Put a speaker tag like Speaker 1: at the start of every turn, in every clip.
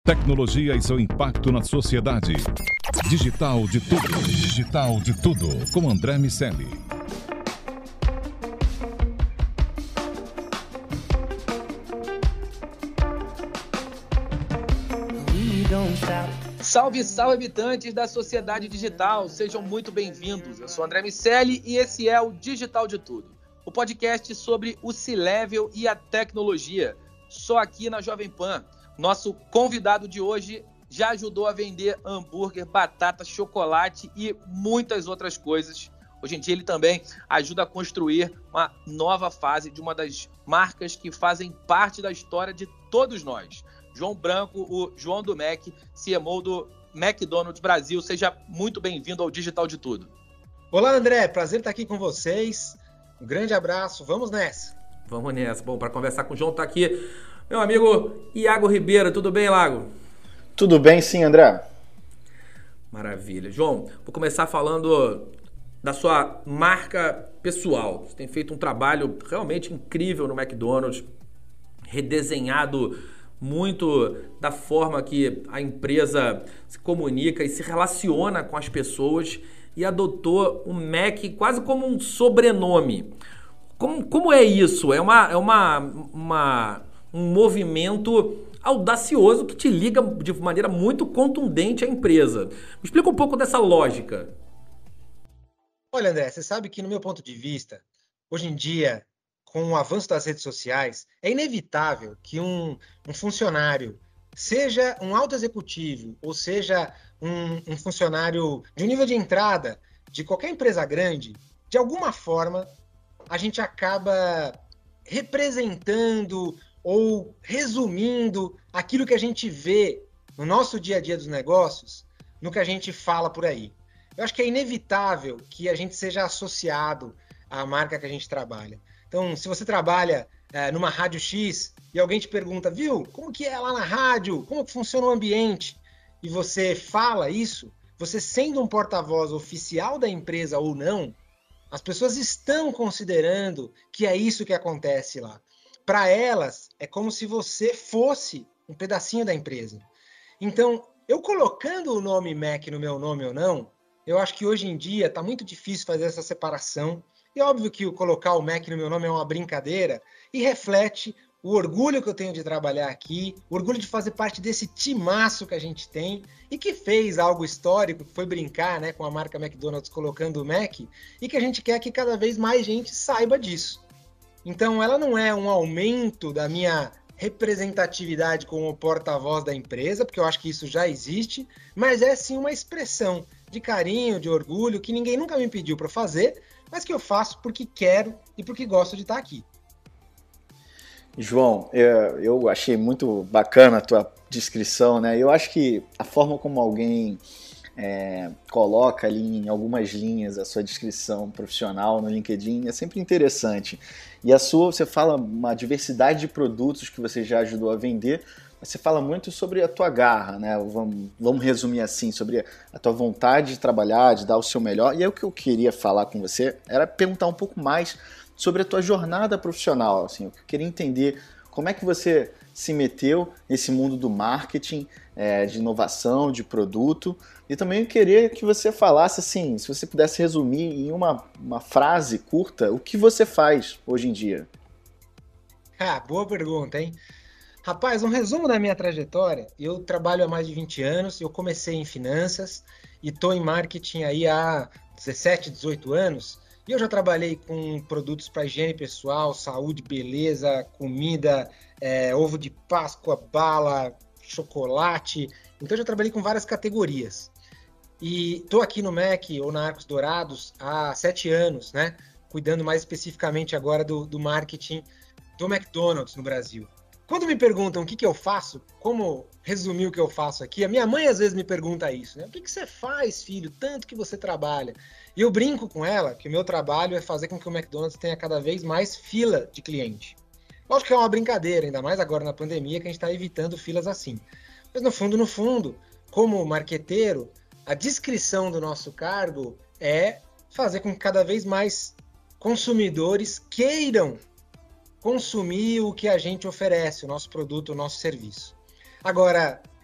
Speaker 1: Tecnologia e seu impacto na sociedade. Digital de Tudo. Digital de Tudo. Com André Miceli.
Speaker 2: Salve, salve, habitantes da sociedade digital. Sejam muito bem-vindos. Eu sou André Miceli e esse é o Digital de Tudo, o podcast sobre o C-Level e a tecnologia, só aqui na Jovem Pan. Nosso convidado de hoje já ajudou a vender hambúrguer, batata, chocolate e muitas outras coisas. Hoje em dia ele também ajuda a construir uma nova fase de uma das marcas que fazem parte da história de todos nós. João Branco, o João do Mac, CMO do McDonald's Brasil. Seja muito bem-vindo ao Digital de Tudo.
Speaker 3: Olá, André. Prazer estar aqui com vocês. Um grande abraço. Vamos nessa.
Speaker 4: Vamos nessa. Bom, para conversar com o João, está aqui meu amigo Iago Ribeiro. Tudo bem, Iago?
Speaker 5: Tudo bem, sim, André.
Speaker 4: Maravilha. João, vou começar falando da sua marca pessoal. Você tem feito um trabalho realmente incrível no McDonald's, redesenhado muito da forma que a empresa se comunica e se relaciona com as pessoas e adotou o Mac quase como um sobrenome. Como é isso? É um movimento audacioso que te liga de maneira muito contundente à empresa. Me explica um pouco dessa lógica.
Speaker 3: Olha, André, você sabe que no meu ponto de vista, hoje em dia, com o avanço das redes sociais, é inevitável que um funcionário, seja um alto executivo, ou seja um funcionário de um nível de entrada de qualquer empresa grande, de alguma forma, a gente acaba representando ou resumindo aquilo que a gente vê no nosso dia a dia dos negócios, no que a gente fala por aí. Eu acho que é inevitável que a gente seja associado à marca que a gente trabalha. Então, se você trabalha numa rádio X e alguém te pergunta, viu, como que é lá na rádio? Como que funciona o ambiente? E você fala isso, você sendo um porta-voz oficial da empresa ou não, as pessoas estão considerando que é isso que acontece lá. Para elas, é como se você fosse um pedacinho da empresa. Então, eu colocando o nome Mac no meu nome ou não, eu acho que hoje em dia está muito difícil fazer essa separação. E óbvio que colocar o Mac no meu nome é uma brincadeira e reflete o orgulho que eu tenho de trabalhar aqui, o orgulho de fazer parte desse timaço que a gente tem e que fez algo histórico, que foi brincar, né, com a marca McDonald's colocando o Mac, e que a gente quer que cada vez mais gente saiba disso. Então ela não é um aumento da minha representatividade como porta-voz da empresa, porque eu acho que isso já existe, mas é sim uma expressão de carinho, de orgulho, que ninguém nunca me pediu para fazer, mas que eu faço porque quero e porque gosto de estar aqui.
Speaker 5: João, eu achei muito bacana a tua descrição, né? Eu acho que a forma como alguém coloca ali em algumas linhas a sua descrição profissional no LinkedIn é sempre interessante. E a sua, você fala uma diversidade de produtos que você já ajudou a vender, você fala muito sobre a tua garra, né? Vamos resumir assim, sobre a tua vontade de trabalhar, de dar o seu melhor. E aí o que eu queria falar com você era perguntar um pouco mais sobre a tua jornada profissional. Assim, eu queria entender como é que você se meteu nesse mundo do marketing, de inovação, de produto. E também eu queria que você falasse, assim, se você pudesse resumir em uma frase curta, o que você faz hoje em dia?
Speaker 3: Boa pergunta, hein? Rapaz, um resumo da minha trajetória. Eu trabalho há mais de 20 anos, eu comecei em finanças e estou em marketing aí há 17, 18 anos. E eu já trabalhei com produtos para higiene pessoal, saúde, beleza, comida, ovo de Páscoa, bala, chocolate. Então eu já trabalhei com várias categorias. E estou aqui no Mac ou na Arcos Dourados há 7 anos, né? Cuidando mais especificamente agora do marketing do McDonald's no Brasil. Quando me perguntam o que eu faço, como resumir o que eu faço aqui, a minha mãe às vezes me pergunta isso, né? O que você faz, filho, tanto que você trabalha? E eu brinco com ela que o meu trabalho é fazer com que o McDonald's tenha cada vez mais fila de cliente. Lógico que é uma brincadeira, ainda mais agora na pandemia, que a gente está evitando filas assim. Mas no fundo, como marqueteiro, a descrição do nosso cargo é fazer com que cada vez mais consumidores queiram consumir o que a gente oferece, o nosso produto, o nosso serviço. Agora,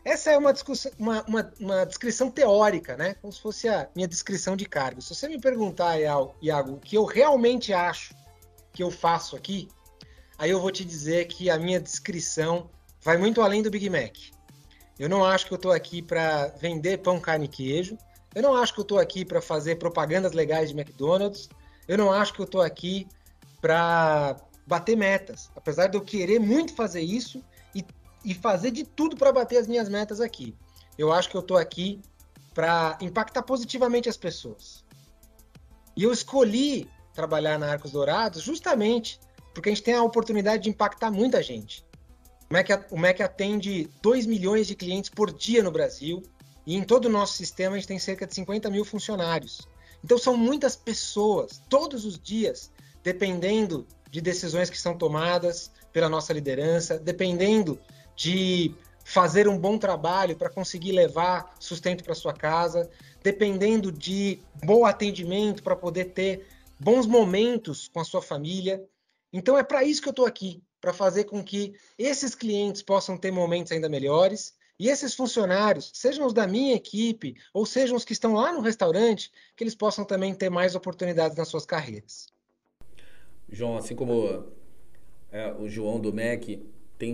Speaker 3: Essa é uma descrição teórica, né? Como se fosse a minha descrição de cargo. Se você me perguntar, Iago, o que eu realmente acho que eu faço aqui, aí eu vou te dizer que a minha descrição vai muito além do Big Mac. Eu não acho que eu estou aqui para vender pão, carne e queijo. Eu não acho que eu estou aqui para fazer propagandas legais de McDonald's. Eu não acho que eu estou aqui para bater metas. Apesar de eu querer muito fazer isso e fazer de tudo para bater as minhas metas aqui. Eu acho que eu estou aqui para impactar positivamente as pessoas. E eu escolhi trabalhar na Arcos Dourados justamente porque a gente tem a oportunidade de impactar muita gente. O Mac atende 2 milhões de clientes por dia no Brasil e em todo o nosso sistema a gente tem cerca de 50 mil funcionários. Então são muitas pessoas, todos os dias, dependendo de decisões que são tomadas pela nossa liderança, dependendo de fazer um bom trabalho para conseguir levar sustento para sua casa, dependendo de bom atendimento para poder ter bons momentos com a sua família. Então é para isso que eu estou aqui, para fazer com que esses clientes possam ter momentos ainda melhores e esses funcionários, sejam os da minha equipe ou sejam os que estão lá no restaurante, que eles possam também ter mais oportunidades nas suas carreiras.
Speaker 4: João, assim como o João do MEC, tem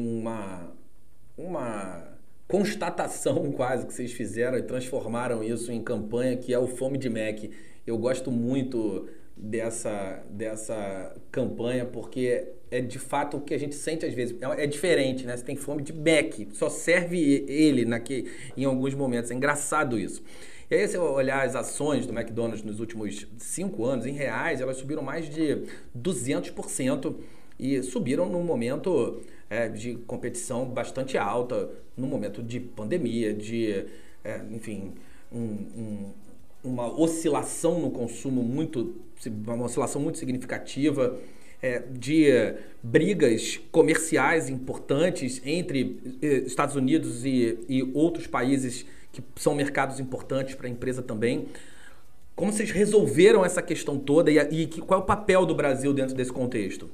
Speaker 4: uma constatação quase que vocês fizeram e transformaram isso em campanha, que é o Fome de Mac. Eu gosto muito dessa campanha, porque é de fato o que a gente sente às vezes. É diferente, né? Você tem fome de Mac, só serve ele em alguns momentos. É engraçado isso. E aí, se eu olhar as ações do McDonald's nos últimos 5 anos, em reais, elas subiram mais de 200% e subiram num momento de competição bastante alta, num momento de pandemia, enfim, uma oscilação no consumo uma oscilação muito significativa, de brigas comerciais importantes entre Estados Unidos e outros países que são mercados importantes para a empresa também. Como vocês resolveram essa questão toda e qual é o papel do Brasil dentro desse contexto?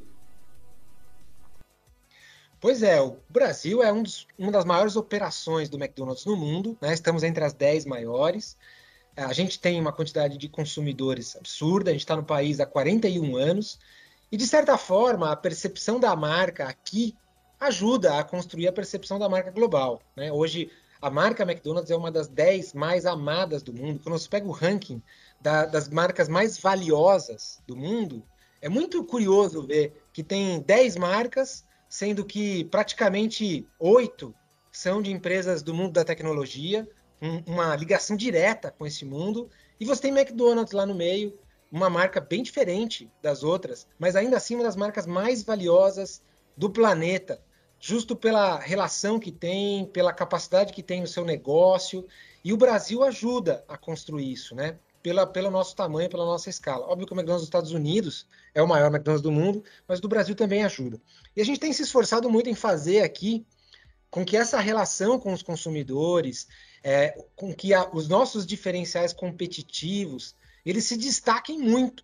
Speaker 3: Pois é, o Brasil é uma das maiores operações do McDonald's no mundo, né? Estamos entre as 10 maiores. A gente tem uma quantidade de consumidores absurda, a gente está no país há 41 anos, e de certa forma a percepção da marca aqui ajuda a construir a percepção da marca global, né? Hoje a marca McDonald's é uma das 10 mais amadas do mundo. Quando você pega o ranking das marcas mais valiosas do mundo, é muito curioso ver que tem 10 marcas, sendo que praticamente 8 são de empresas do mundo da tecnologia, uma ligação direta com esse mundo, e você tem McDonald's lá no meio, uma marca bem diferente das outras, mas ainda assim uma das marcas mais valiosas do planeta, justo pela relação que tem, pela capacidade que tem no seu negócio, e o Brasil ajuda a construir isso, né? Pelo nosso tamanho, pela nossa escala. Óbvio que o McDonald's dos Estados Unidos é o maior McDonald's do mundo, mas do Brasil também ajuda. E a gente tem se esforçado muito em fazer aqui com que essa relação com os consumidores, com que os nossos diferenciais competitivos, eles se destaquem muito.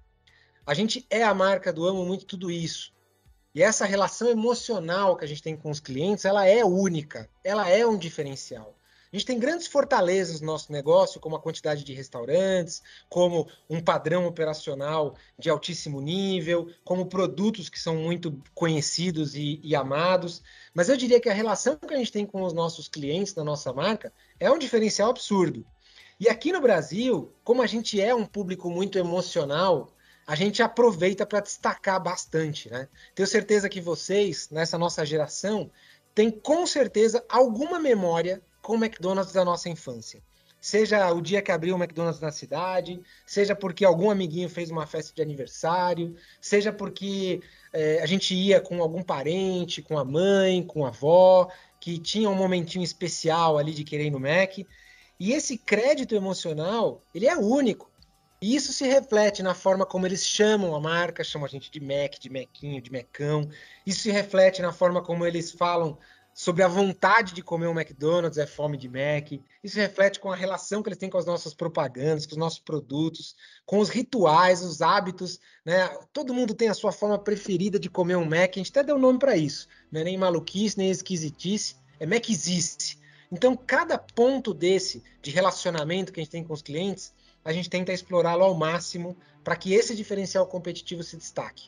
Speaker 3: A gente é a marca do Amo Muito Tudo Isso. E essa relação emocional que a gente tem com os clientes, ela é única, ela é um diferencial. A gente tem grandes fortalezas no nosso negócio, como a quantidade de restaurantes, como um padrão operacional de altíssimo nível, como produtos que são muito conhecidos e amados. Mas eu diria que a relação que a gente tem com os nossos clientes da nossa marca é um diferencial absurdo. E aqui no Brasil, como a gente é um público muito emocional, a gente aproveita para destacar bastante, né? Tenho certeza que vocês, nessa nossa geração, têm com certeza alguma memória com o McDonald's da nossa infância. Seja o dia que abriu o McDonald's na cidade, seja porque algum amiguinho fez uma festa de aniversário, seja porque a gente ia com algum parente, com a mãe, com a avó, que tinha um momentinho especial ali de querer ir no Mac. E esse crédito emocional, ele é único. E isso se reflete na forma como eles chamam a marca, chamam a gente de Mac, de Mequinho, de Mecão. Isso se reflete na forma como eles falam sobre a vontade de comer um McDonald's, é fome de Mac. Isso reflete com a relação que eles têm com as nossas propagandas, com os nossos produtos, com os rituais, os hábitos, né? Todo mundo tem a sua forma preferida de comer um Mac. A gente até deu nome para isso. Não é nem maluquice, nem esquisitice. É Macizice. Então, cada ponto desse de relacionamento que a gente tem com os clientes, a gente tenta explorá-lo ao máximo para que esse diferencial competitivo se destaque.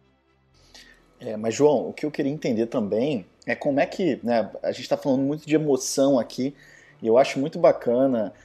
Speaker 5: Mas, João, o que eu queria entender também é como é que, né, a gente está falando muito de emoção aqui, e eu acho muito bacana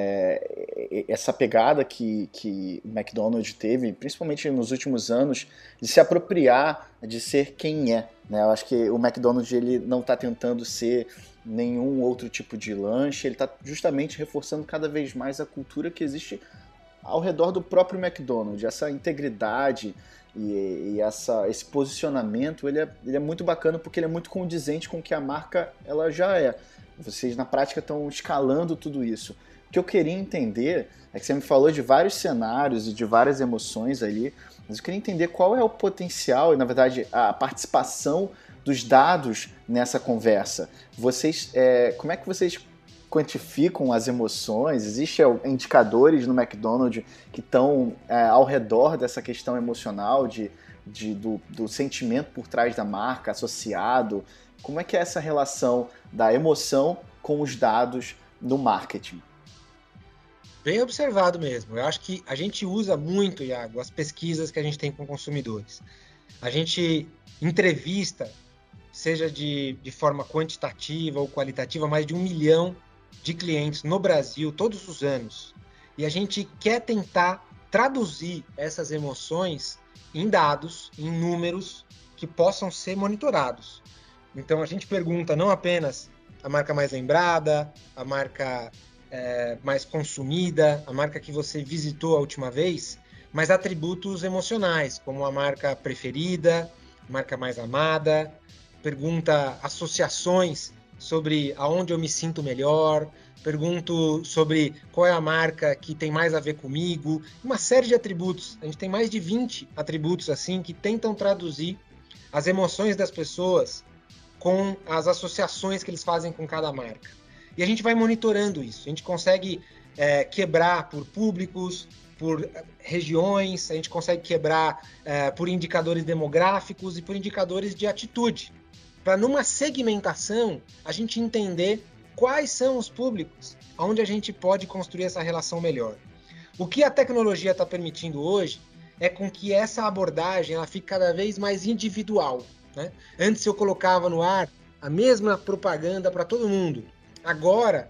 Speaker 5: essa pegada que o McDonald's teve, principalmente nos últimos anos, de se apropriar de ser quem é. Né? Eu acho que o McDonald's ele não está tentando ser nenhum outro tipo de lanche, ele está justamente reforçando cada vez mais a cultura que existe ao redor do próprio McDonald's, essa integridade e esse posicionamento, ele é muito bacana porque ele é muito condizente com o que a marca ela já é. Vocês na prática estão escalando tudo isso. O que eu queria entender é que você me falou de vários cenários e de várias emoções ali, mas eu queria entender qual é o potencial e, na verdade, a participação dos dados nessa conversa. Como é que vocês quantificam as emoções? Existem indicadores no McDonald's que estão ao redor dessa questão emocional, do sentimento por trás da marca associado? Como é que é essa relação da emoção com os dados no marketing?
Speaker 3: Bem observado mesmo. Eu acho que a gente usa muito, Iago, as pesquisas que a gente tem com consumidores. A gente entrevista, seja de forma quantitativa ou qualitativa, mais de 1 milhão de clientes no Brasil todos os anos. E a gente quer tentar traduzir essas emoções em dados, em números que possam ser monitorados. Então a gente pergunta não apenas a marca mais lembrada, a marca mais consumida, a marca que você visitou a última vez, mas atributos emocionais, como a marca preferida, a marca mais amada, pergunta associações sobre aonde eu me sinto melhor, pergunto sobre qual é a marca que tem mais a ver comigo, uma série de atributos. A gente tem mais de 20 atributos assim que tentam traduzir as emoções das pessoas com as associações que eles fazem com cada marca. E a gente vai monitorando isso. A gente consegue quebrar por públicos, por regiões, a gente consegue quebrar por indicadores demográficos e por indicadores de atitude, para numa segmentação a gente entender quais são os públicos onde a gente pode construir essa relação melhor. O que a tecnologia está permitindo hoje é com que essa abordagem ela fique cada vez mais individual. Né? Antes eu colocava no ar a mesma propaganda para todo mundo. Agora,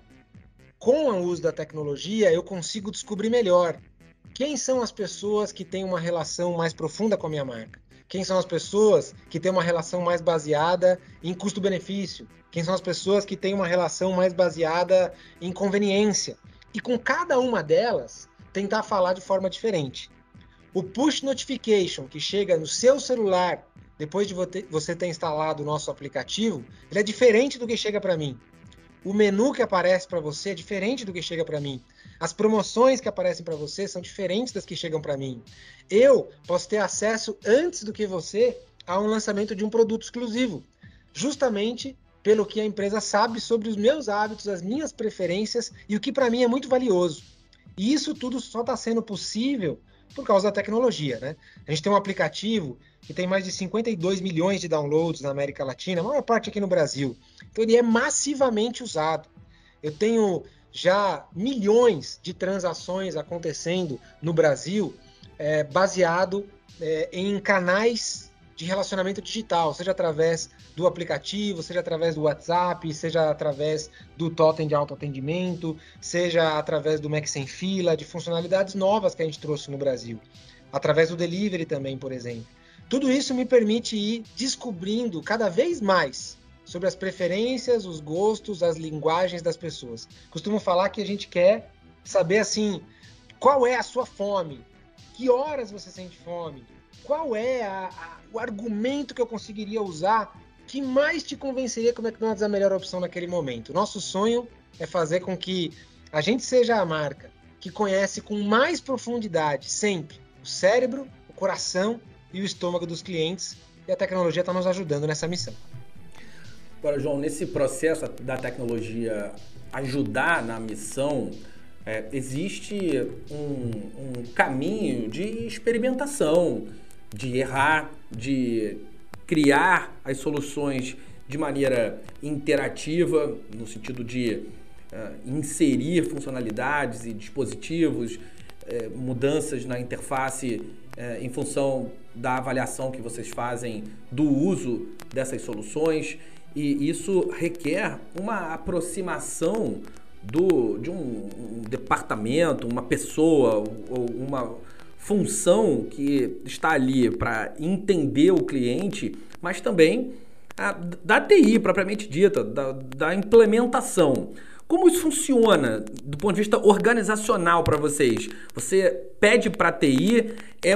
Speaker 3: com o uso da tecnologia, eu consigo descobrir melhor quem são as pessoas que têm uma relação mais profunda com a minha marca. Quem são as pessoas que têm uma relação mais baseada em custo-benefício. Quem são as pessoas que têm uma relação mais baseada em conveniência. E com cada uma delas, tentar falar de forma diferente. O push notification que chega no seu celular depois de você ter instalado o nosso aplicativo, ele é diferente do que chega para mim. O menu que aparece para você é diferente do que chega para mim. As promoções que aparecem para você são diferentes das que chegam para mim. Eu posso ter acesso antes do que você a um lançamento de um produto exclusivo, justamente pelo que a empresa sabe sobre os meus hábitos, as minhas preferências e o que para mim é muito valioso. E isso tudo só está sendo possível por causa da tecnologia, né? A gente tem um aplicativo que tem mais de 52 milhões de downloads na América Latina, a maior parte aqui no Brasil. Então ele é massivamente usado. Eu tenho já milhões de transações acontecendo no Brasil baseado em canais de relacionamento digital, seja através do aplicativo, seja através do WhatsApp, seja através do totem de autoatendimento, seja através do Mac Sem Fila, de funcionalidades novas que a gente trouxe no Brasil. Através do delivery também, por exemplo. Tudo isso me permite ir descobrindo cada vez mais sobre as preferências, os gostos, as linguagens das pessoas. Costumo falar que a gente quer saber assim, qual é a sua fome, que horas você sente fome, qual é o argumento que eu conseguiria usar que mais te convenceria que o McDonald's é a melhor opção naquele momento. Nosso sonho é fazer com que a gente seja a marca que conhece com mais profundidade sempre o cérebro, o coração e o estômago dos clientes, e a tecnologia está nos ajudando nessa missão.
Speaker 4: Agora, João, nesse processo da tecnologia ajudar na missão, existe um caminho de experimentação, de errar, de criar as soluções de maneira interativa, no sentido de inserir funcionalidades e dispositivos, mudanças na interface em função da avaliação que vocês fazem do uso dessas soluções, e isso requer uma aproximação de um departamento, uma pessoa ou uma função que está ali para entender o cliente, mas também da TI propriamente dita, da implementação. Como isso funciona do ponto de vista organizacional para vocês? Você pede para a TI, é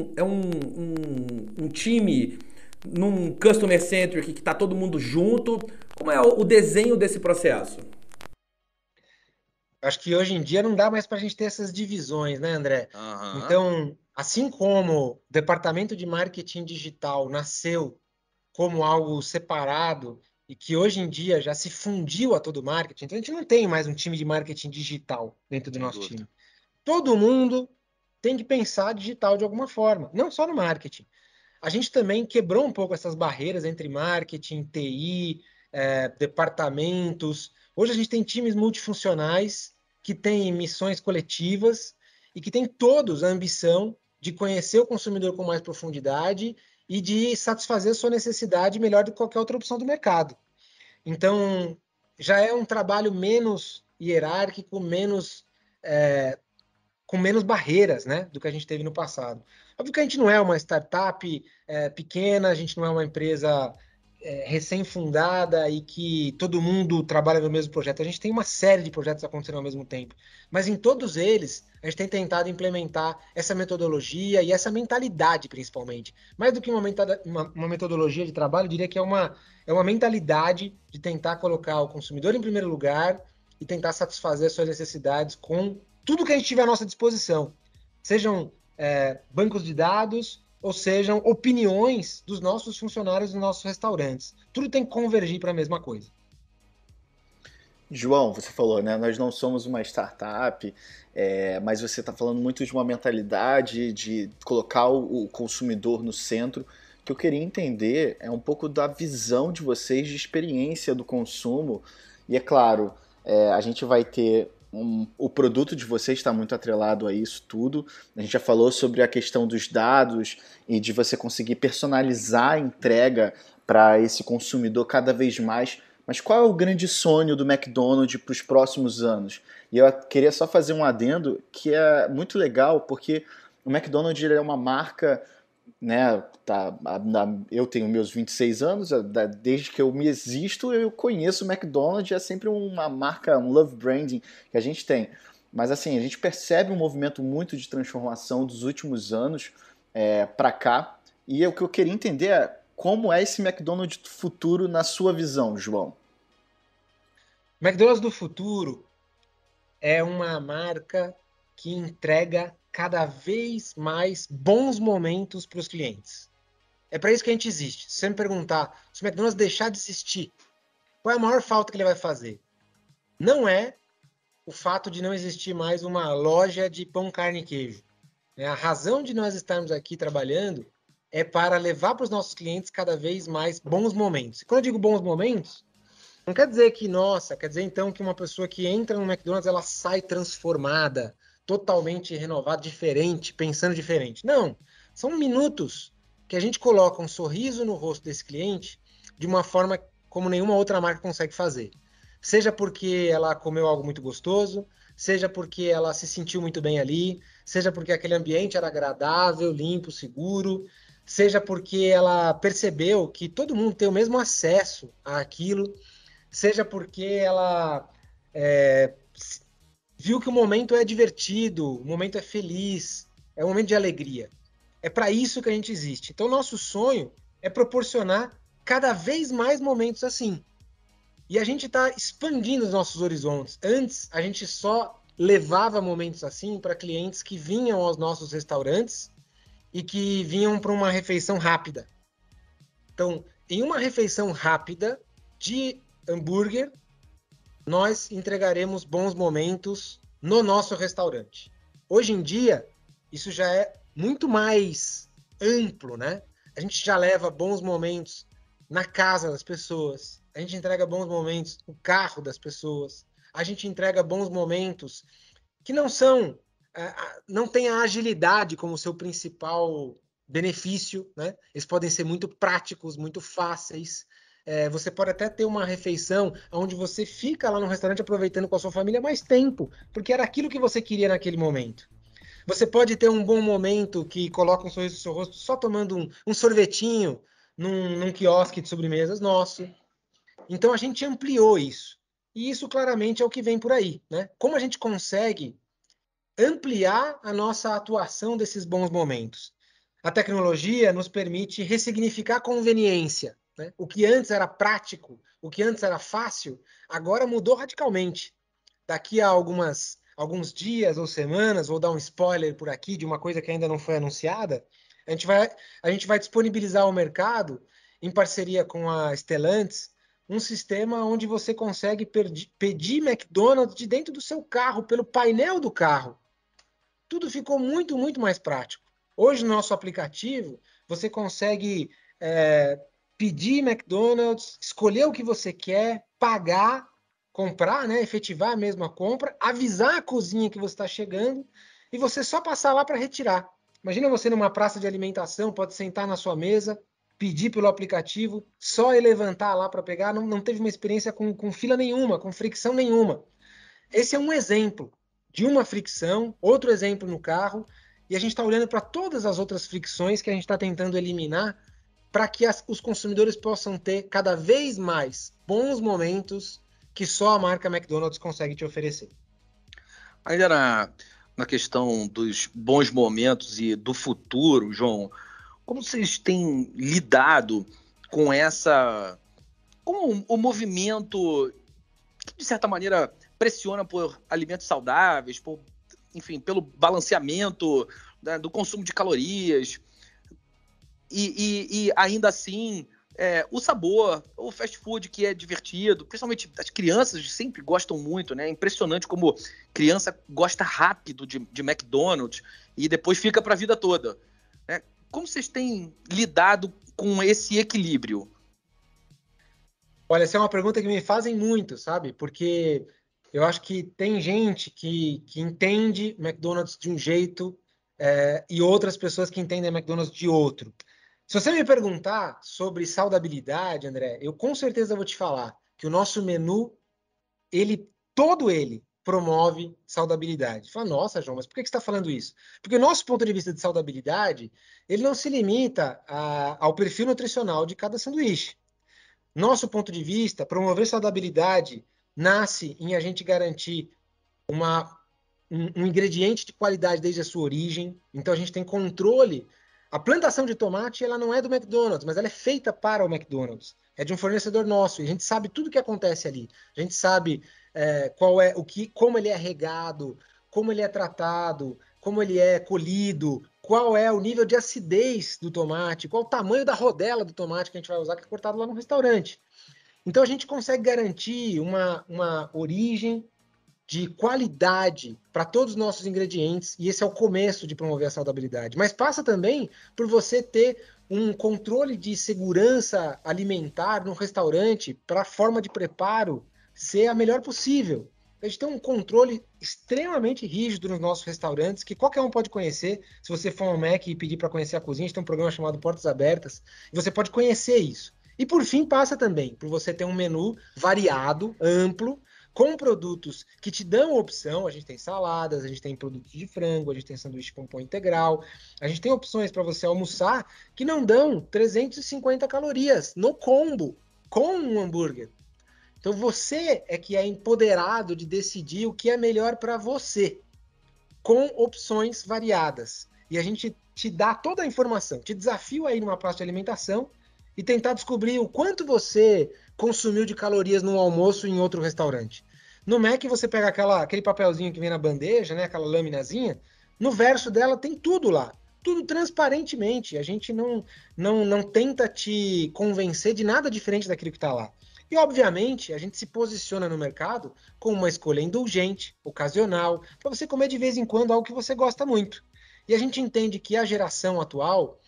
Speaker 4: um time num customer centric que está todo mundo junto? Como é o desenho desse processo?
Speaker 3: Acho que hoje em dia não dá mais para a gente ter essas divisões, né, André?
Speaker 2: Aham.
Speaker 3: Então, assim como o departamento de marketing digital nasceu como algo separado e que hoje em dia já se fundiu a todo o marketing, então a gente não tem mais um time de marketing digital dentro do nosso time. Todo mundo tem que pensar digital de alguma forma, não só no marketing. A gente também quebrou um pouco essas barreiras entre marketing, TI, departamentos. Hoje a gente tem times multifuncionais que têm missões coletivas e que têm todos a ambição de conhecer o consumidor com mais profundidade e de satisfazer a sua necessidade melhor do que qualquer outra opção do mercado. Então, já é um trabalho menos hierárquico, com menos barreiras, né, do que a gente teve no passado. Óbvio que a gente não é uma startup pequena, a gente não é uma empresa recém-fundada e que todo mundo trabalha no mesmo projeto. A gente tem uma série de projetos acontecendo ao mesmo tempo. Mas em todos eles, a gente tem tentado implementar essa metodologia e essa mentalidade, principalmente. Mais do que uma metodologia de trabalho, eu diria que é uma mentalidade de tentar colocar o consumidor em primeiro lugar e tentar satisfazer as suas necessidades com tudo que a gente tiver à nossa disposição. Sejam bancos de dados, ou sejam opiniões dos nossos funcionários dos nossos restaurantes. Tudo tem que convergir para a mesma coisa.
Speaker 5: João, você falou, né? Nós não somos uma startup, mas você está falando muito de uma mentalidade de colocar o consumidor no centro. O que eu queria entender é um pouco da visão de vocês de experiência do consumo. E é claro, a gente vai ter o produto de vocês está muito atrelado a isso tudo. A gente já falou sobre a questão dos dados e de você conseguir personalizar a entrega para esse consumidor cada vez mais. Mas qual é o grande sonho do McDonald's para os próximos anos? E eu queria só fazer um adendo que é muito legal, porque o McDonald's ele é uma marca, né, eu tenho meus 26 anos, desde que eu me existo, eu conheço o McDonald's, é sempre uma marca, um love branding que a gente tem. Mas assim, a gente percebe um movimento muito de transformação dos últimos anos para cá, e o que eu queria entender é como é esse McDonald's do futuro na sua visão, João?
Speaker 3: O McDonald's do futuro é uma marca que entrega cada vez mais bons momentos para os clientes. É para isso que a gente existe. Se você me perguntar, se o McDonald's deixar de existir, qual é a maior falta que ele vai fazer? Não é o fato de não existir mais uma loja de pão, carne e queijo. A razão de nós estarmos aqui trabalhando é para levar para os nossos clientes cada vez mais bons momentos. E quando eu digo bons momentos, não quer dizer que, quer dizer então que uma pessoa que entra no McDonald's, ela sai transformada, totalmente renovada, diferente, pensando diferente. Não, são minutos que a gente coloca um sorriso no rosto desse cliente de uma forma como nenhuma outra marca consegue fazer. Seja porque ela comeu algo muito gostoso, seja porque ela se sentiu muito bem ali, seja porque aquele ambiente era agradável, limpo, seguro, seja porque ela percebeu que todo mundo tem o mesmo acesso àquilo, seja porque ela viu que o momento é divertido, o momento é feliz, é um momento de alegria. É para isso que a gente existe. Então, nosso sonho é proporcionar cada vez mais momentos assim. E a gente está expandindo os nossos horizontes. Antes, a gente só levava momentos assim para clientes que vinham aos nossos restaurantes e que vinham para uma refeição rápida. Então, em uma refeição rápida de hambúrguer, nós entregaremos bons momentos no nosso restaurante. Hoje em dia, isso já é muito mais amplo, né? A gente já leva bons momentos na casa das pessoas, a gente entrega bons momentos no carro das pessoas, a gente entrega bons momentos que não têm a agilidade como seu principal benefício, né? Eles podem ser muito práticos, muito fáceis. Você pode até ter uma refeição onde você fica lá no restaurante aproveitando com a sua família mais tempo, porque era aquilo que você queria naquele momento. Você pode ter um bom momento que coloca um sorriso no seu rosto só tomando um sorvetinho num quiosque de sobremesas nosso. Então a gente ampliou isso. E isso claramente é o que vem por aí, né? Como a gente consegue ampliar a nossa atuação desses bons momentos? A tecnologia nos permite ressignificar a conveniência, né? O que antes era prático, o que antes era fácil, agora mudou radicalmente. Daqui a alguns dias ou semanas, vou dar um spoiler por aqui de uma coisa que ainda não foi anunciada, a gente vai disponibilizar ao mercado, em parceria com a Stellantis, um sistema onde você consegue pedir McDonald's de dentro do seu carro, pelo painel do carro. Tudo ficou muito, muito mais prático. Hoje, no nosso aplicativo, você consegue pedir McDonald's, escolher o que você quer, pagar, comprar, né, efetivar a mesma compra, avisar a cozinha que você está chegando e você só passar lá para retirar. Imagina você numa praça de alimentação, pode sentar na sua mesa, pedir pelo aplicativo, só ir levantar lá para pegar, não teve uma experiência com fila nenhuma, com fricção nenhuma. Esse é um exemplo de uma fricção, outro exemplo no carro, e a gente está olhando para todas as outras fricções que a gente está tentando eliminar para que os consumidores possam ter cada vez mais bons momentos que só a marca McDonald's consegue te oferecer.
Speaker 2: Ainda na questão dos bons momentos e do futuro, João, como vocês têm lidado com com o movimento que, de certa maneira, pressiona por alimentos saudáveis, enfim, pelo balanceamento, né, do consumo de calorias e ainda assim o sabor, o fast food que é divertido, principalmente as crianças sempre gostam muito, né? É impressionante como criança gosta rápido de McDonald's e depois fica para a vida toda. Né? Como vocês têm lidado com esse equilíbrio?
Speaker 3: Olha, essa é uma pergunta que me fazem muito, sabe? Porque eu acho que tem gente que entende McDonald's de um jeito e outras pessoas que entendem McDonald's de outro. Se você me perguntar sobre saudabilidade, André, eu com certeza vou te falar que o nosso menu, todo ele promove saudabilidade. Fala, nossa, João, mas por que você está falando isso? Porque o nosso ponto de vista de saudabilidade, ele não se limita ao perfil nutricional de cada sanduíche. Nosso ponto de vista, promover saudabilidade nasce em a gente garantir um ingrediente de qualidade desde a sua origem. Então a gente tem controle. A plantação de tomate ela não é do McDonald's, mas ela é feita para o McDonald's. É de um fornecedor nosso. E a gente sabe tudo o que acontece ali. A gente sabe como ele é regado, como ele é tratado, como ele é colhido, qual é o nível de acidez do tomate, qual o tamanho da rodela do tomate que a gente vai usar, que é cortado lá no restaurante. Então a gente consegue garantir uma origem de qualidade para todos os nossos ingredientes, e esse é o começo de promover a saudabilidade. Mas passa também por você ter um controle de segurança alimentar no restaurante para a forma de preparo ser a melhor possível. A gente tem um controle extremamente rígido nos nossos restaurantes, que qualquer um pode conhecer. Se você for ao Mac e pedir para conhecer a cozinha, a gente tem um programa chamado Portas Abertas, e você pode conhecer isso. E por fim, passa também por você ter um menu variado, amplo, com produtos que te dão opção. A gente tem saladas, a gente tem produtos de frango, a gente tem sanduíche com pão integral, a gente tem opções para você almoçar que não dão 350 calorias no combo com um hambúrguer. Então você é que é empoderado de decidir o que é melhor para você, com opções variadas. E a gente te dá toda a informação, te desafio aí numa praça de alimentação e tentar descobrir o quanto você consumiu de calorias num almoço em outro restaurante. No Mac você pega aquele papelzinho que vem na bandeja, né, aquela laminazinha, no verso dela tem tudo lá, tudo transparentemente. A gente não tenta te convencer de nada diferente daquilo que está lá. E, obviamente, a gente se posiciona no mercado com uma escolha indulgente, ocasional, para você comer de vez em quando algo que você gosta muito. E a gente entende que a geração atual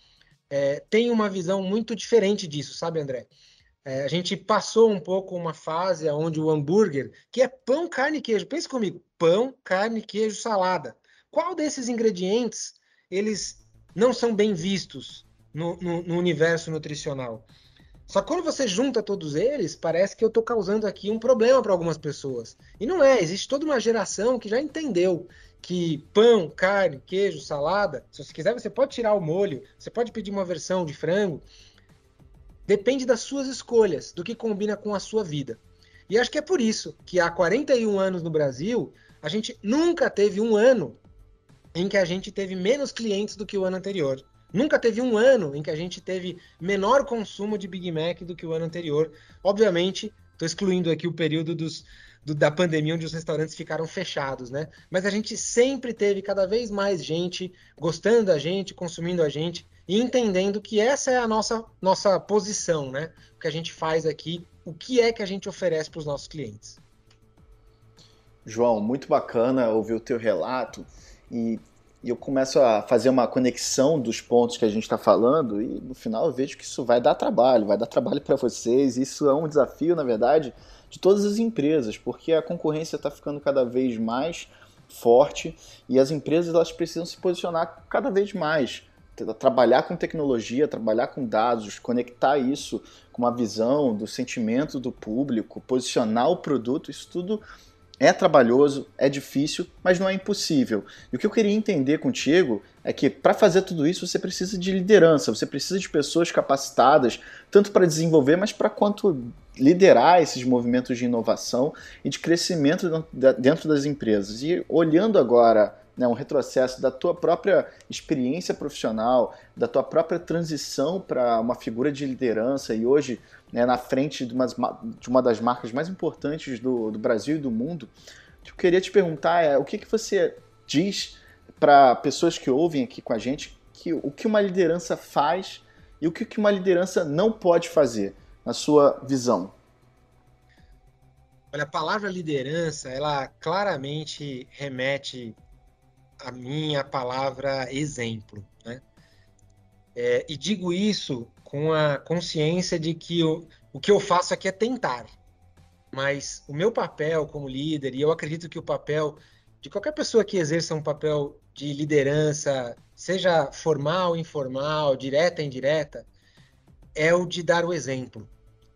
Speaker 3: tem uma visão muito diferente disso, sabe, André? A gente passou um pouco uma fase onde o hambúrguer, que é pão, carne e queijo, pense comigo, pão, carne, queijo, salada. Qual desses ingredientes eles não são bem vistos no universo nutricional? Só que quando você junta todos eles, parece que eu estou causando aqui um problema para algumas pessoas. E não é, existe toda uma geração que já entendeu que pão, carne, queijo, salada, se você quiser você pode tirar o molho, você pode pedir uma versão de frango, depende das suas escolhas, do que combina com a sua vida. E acho que é por isso que há 41 anos no Brasil, a gente nunca teve um ano em que a gente teve menos clientes do que o ano anterior. Nunca teve um ano em que a gente teve menor consumo de Big Mac do que o ano anterior. Obviamente, estou excluindo aqui o período da pandemia, onde os restaurantes ficaram fechados, né? Mas a gente sempre teve cada vez mais gente gostando da gente, consumindo a gente, e entendendo que essa é a nossa posição, né? O que a gente faz aqui, o que é que a gente oferece para os nossos clientes.
Speaker 5: João, muito bacana ouvir o teu relato e eu começo a fazer uma conexão dos pontos que a gente está falando e no final eu vejo que isso vai dar trabalho para vocês. Isso é um desafio, na verdade, de todas as empresas, porque a concorrência está ficando cada vez mais forte e as empresas elas precisam se posicionar cada vez mais. Trabalhar com tecnologia, trabalhar com dados, conectar isso com uma visão do sentimento do público, posicionar o produto, isso tudo é trabalhoso, é difícil, mas não é impossível. E o que eu queria entender contigo é que para fazer tudo isso você precisa de liderança, você precisa de pessoas capacitadas, tanto para desenvolver, mas para quanto liderar esses movimentos de inovação e de crescimento dentro das empresas. E olhando agora, né, um retrocesso da tua própria experiência profissional, da tua própria transição para uma figura de liderança e hoje, né, na frente de uma das marcas mais importantes do Brasil e do mundo, o que eu queria te perguntar é o que você diz para pessoas que ouvem aqui com a gente o que uma liderança faz e o que uma liderança não pode fazer, na sua visão.
Speaker 3: Olha, a palavra liderança, ela claramente remete a minha palavra exemplo, né? E digo isso com a consciência de que o que eu faço aqui é tentar, mas o meu papel como líder, e eu acredito que o papel de qualquer pessoa que exerça um papel de liderança, seja formal, informal, direta, indireta, é o de dar o exemplo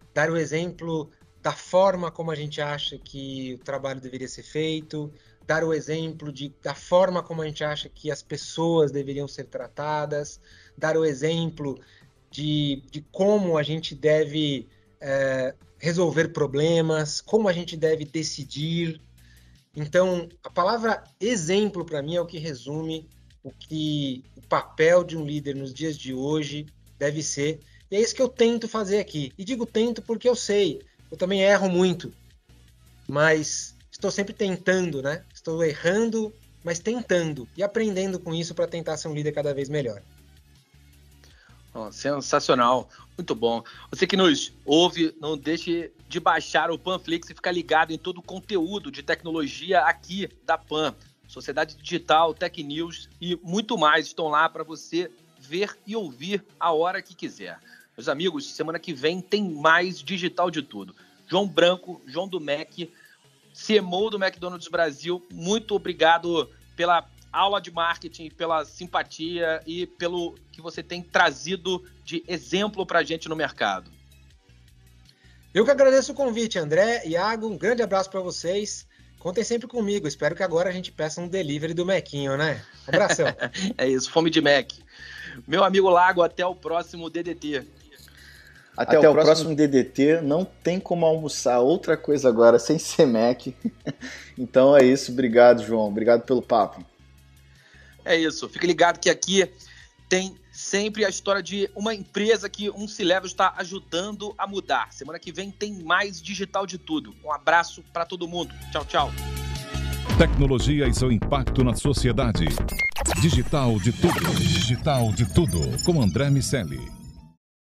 Speaker 3: da forma como a gente acha que o trabalho deveria ser feito, dar o exemplo da forma como a gente acha que as pessoas deveriam ser tratadas, dar o exemplo de como a gente deve resolver problemas, como a gente deve decidir. Então, a palavra exemplo, para mim, é o que resume o papel de um líder nos dias de hoje deve ser. E é isso que eu tento fazer aqui. E digo tento porque eu sei, eu também erro muito, mas estou sempre tentando, né? Estou errando, mas tentando e aprendendo com isso para tentar ser um líder cada vez melhor.
Speaker 2: Oh, sensacional, muito bom. Você que nos ouve, não deixe de baixar o Panflix e ficar ligado em todo o conteúdo de tecnologia aqui da Pan. Sociedade Digital, Tech News e muito mais estão lá para você ver e ouvir a hora que quiser. Meus amigos, semana que vem tem mais Digital de Tudo. João Branco, João do Mac, CMO do McDonald's Brasil, muito obrigado pela aula de marketing, pela simpatia e pelo que você tem trazido de exemplo para a gente no mercado.
Speaker 3: Eu que agradeço o convite, André, Iago, um grande abraço para vocês. Contem sempre comigo, espero que agora a gente peça um delivery do Mequinho, né? Abração.
Speaker 2: É isso, fome de Mac. Meu amigo Lago, até o próximo DDT.
Speaker 5: Até o próximo DDT, não tem como almoçar outra coisa agora sem ser Mac. Então é isso, obrigado, João, obrigado pelo papo.
Speaker 2: É isso, fique ligado que aqui tem sempre a história de uma empresa que um C-Level está ajudando a mudar. Semana que vem tem mais Digital de Tudo. Um abraço para todo mundo. Tchau, tchau.
Speaker 1: Tecnologia e seu impacto na sociedade. Digital de Tudo. Digital de Tudo, com André Miceli.